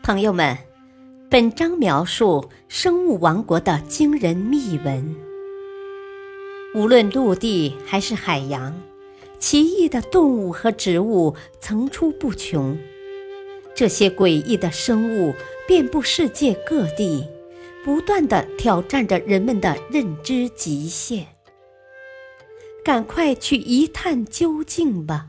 朋友们，本章描述生物王国的惊人秘闻。无论陆地还是海洋，奇异的动物和植物层出不穷。这些诡异的生物遍布世界各地，不断地挑战着人们的认知极限。赶快去一探究竟吧！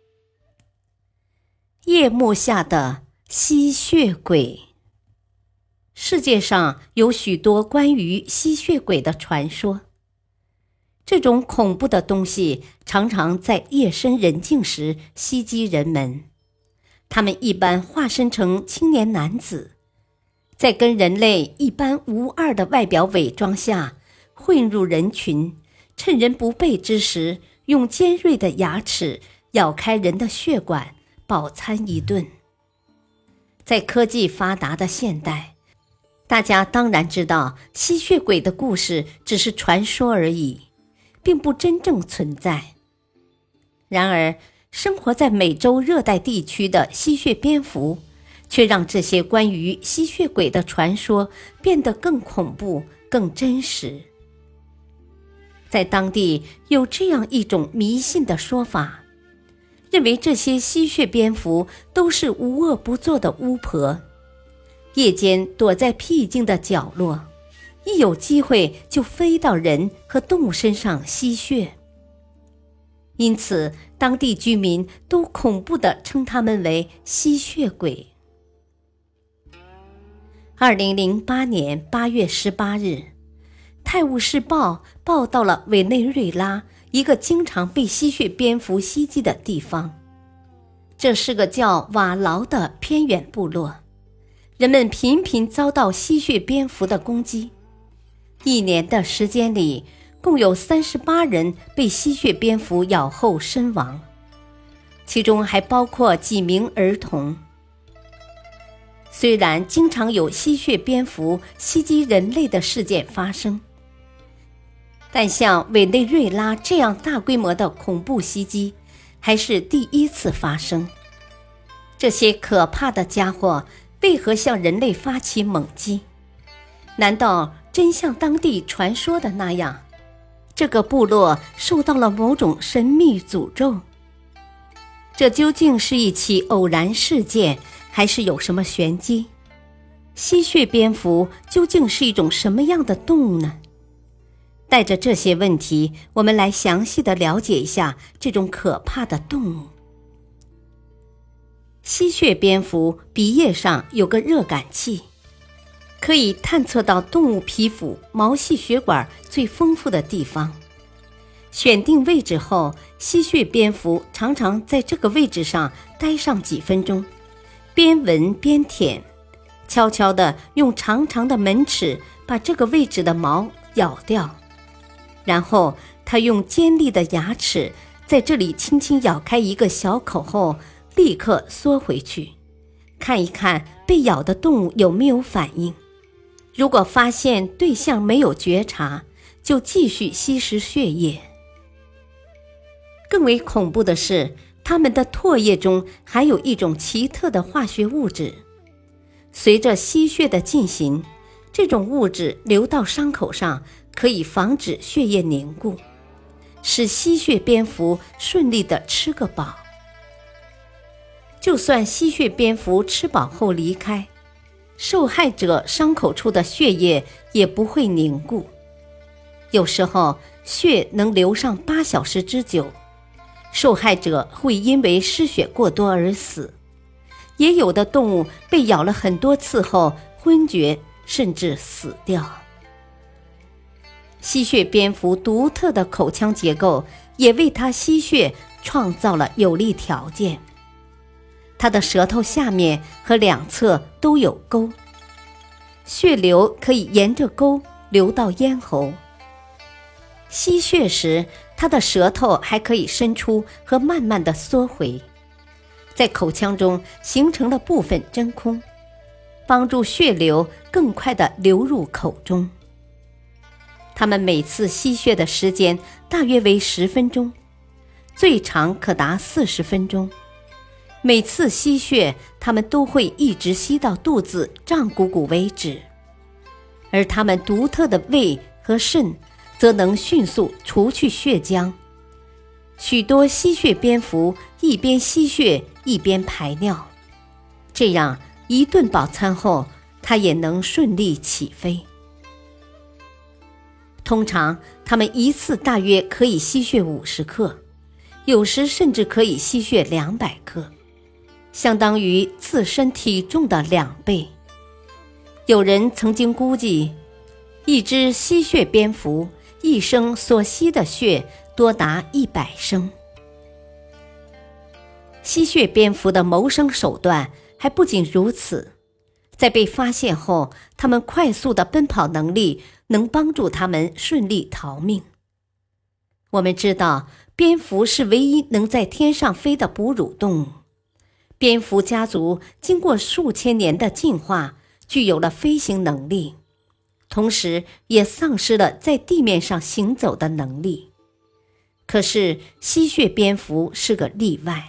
夜幕下的吸血鬼。世界上有许多关于吸血鬼的传说。这种恐怖的东西常常在夜深人静时袭击人们。他们一般化身成青年男子，在跟人类一般无二的外表伪装下，混入人群，趁人不备之时，用尖锐的牙齿咬开人的血管，饱餐一顿。在科技发达的现代，大家当然知道吸血鬼的故事只是传说而已，并不真正存在。然而，生活在美洲热带地区的吸血蝙蝠，却让这些关于吸血鬼的传说变得更恐怖、更真实。在当地有这样一种迷信的说法，认为这些吸血蝙蝠都是无恶不作的巫婆，夜间躲在僻静的角落，一有机会就飞到人和动物身上吸血。因此，当地居民都恐怖地称他们为吸血鬼。2008年8月18日，《泰晤士报》报道了委内瑞拉一个经常被吸血蝙蝠袭击的地方。这是个叫瓦劳的偏远部落，人们频频遭到吸血蝙蝠的攻击。一年的时间里，共有38人被吸血蝙蝠咬后身亡，其中还包括几名儿童。虽然经常有吸血蝙蝠袭击人类的事件发生，但像委内瑞拉这样大规模的恐怖袭击还是第一次发生。这些可怕的家伙为何向人类发起猛击？难道真像当地传说的那样，这个部落受到了某种神秘诅咒？这究竟是一起偶然事件，还是有什么玄机？吸血蝙蝠究竟是一种什么样的动物呢？带着这些问题，我们来详细地了解一下这种可怕的动物。吸血蝙蝠鼻叶上有个热感器，可以探测到动物皮肤毛细血管最丰富的地方。选定位置后，吸血蝙蝠常常在这个位置上待上几分钟，边闻边舔，悄悄地用长长的门齿把这个位置的毛咬掉。然后他用尖利的牙齿在这里轻轻咬开一个小口后，立刻缩回去，看一看被咬的动物有没有反应。如果发现对象没有觉察，就继续吸食血液。更为恐怖的是，它们的唾液中含有一种奇特的化学物质。随着吸血的进行，这种物质流到伤口上，可以防止血液凝固，使吸血蝙蝠顺利地吃个饱。就算吸血蝙蝠吃饱后离开，受害者伤口处的血液也不会凝固，有时候血能流上8小时之久，受害者会因为失血过多而死，也有的动物被咬了很多次后昏厥，甚至死掉。吸血蝙蝠独特的口腔结构也为它吸血创造了有利条件。它的舌头下面和两侧都有沟，血流可以沿着沟流到咽喉。吸血时，它的舌头还可以伸出和慢慢地缩回，在口腔中形成了部分真空，帮助血流更快地流入口中。它们每次吸血的时间大约为10分钟，最长可达40分钟。 每次吸血，它们都会一直吸到肚子胀鼓鼓为止，而它们独特的胃和肾则能迅速除去血浆。许多吸血蝙蝠一边吸血一边排尿，这样一顿饱餐后，它也能顺利起飞。通常它们一次大约可以吸血50克，有时甚至可以吸血200克，相当于自身体重的2倍。有人曾经估计，一只吸血蝙蝠一生所吸的血多达100升。吸血蝙蝠的谋生手段还不仅如此，在被发现后，它们快速的奔跑能力能帮助它们顺利逃命。我们知道，蝙蝠是唯一能在天上飞的哺乳动物。蝙蝠家族经过数千年的进化，具有了飞行能力，同时也丧失了在地面上行走的能力。可是吸血蝙蝠是个例外。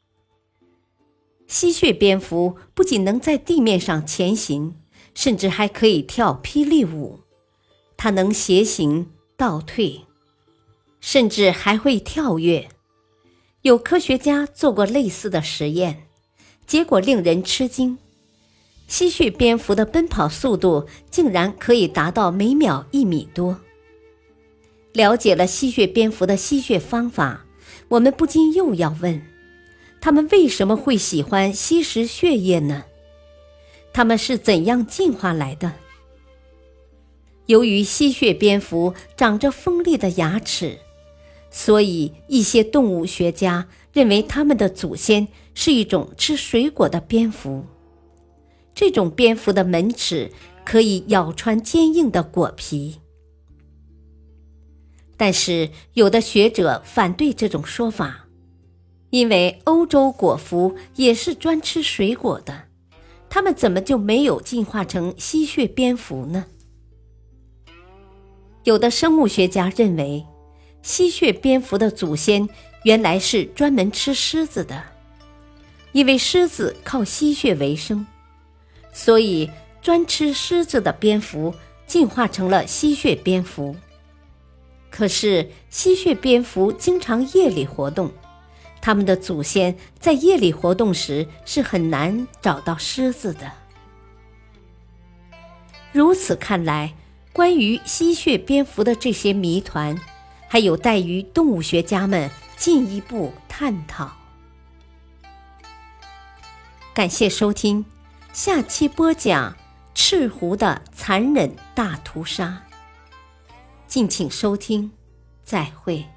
吸血蝙蝠不仅能在地面上前行，甚至还可以跳霹雳舞。它能斜行、倒退，甚至还会跳跃。有科学家做过类似的实验，结果令人吃惊。吸血蝙蝠的奔跑速度竟然可以达到每秒1米多。了解了吸血蝙蝠的吸血方法，我们不禁又要问，它们为什么会喜欢吸食血液呢？它们是怎样进化来的？由于吸血蝙蝠长着锋利的牙齿，所以一些动物学家认为它们的祖先是一种吃水果的蝙蝠。这种蝙蝠的门齿可以咬穿坚硬的果皮。但是有的学者反对这种说法，因为欧洲果蝠也是专吃水果的，它们怎么就没有进化成吸血蝙蝠呢？有的生物学家认为，吸血蝙蝠的祖先原来是专门吃狮子的，因为狮子靠吸血为生，所以专吃狮子的蝙蝠进化成了吸血蝙蝠。可是吸血蝙蝠经常夜里活动，它们的祖先在夜里活动时是很难找到狮子的。如此看来，关于吸血蝙蝠的这些谜团，还有待于动物学家们进一步探讨。感谢收听，下期播讲赤狐的残忍大屠杀。敬请收听，再会。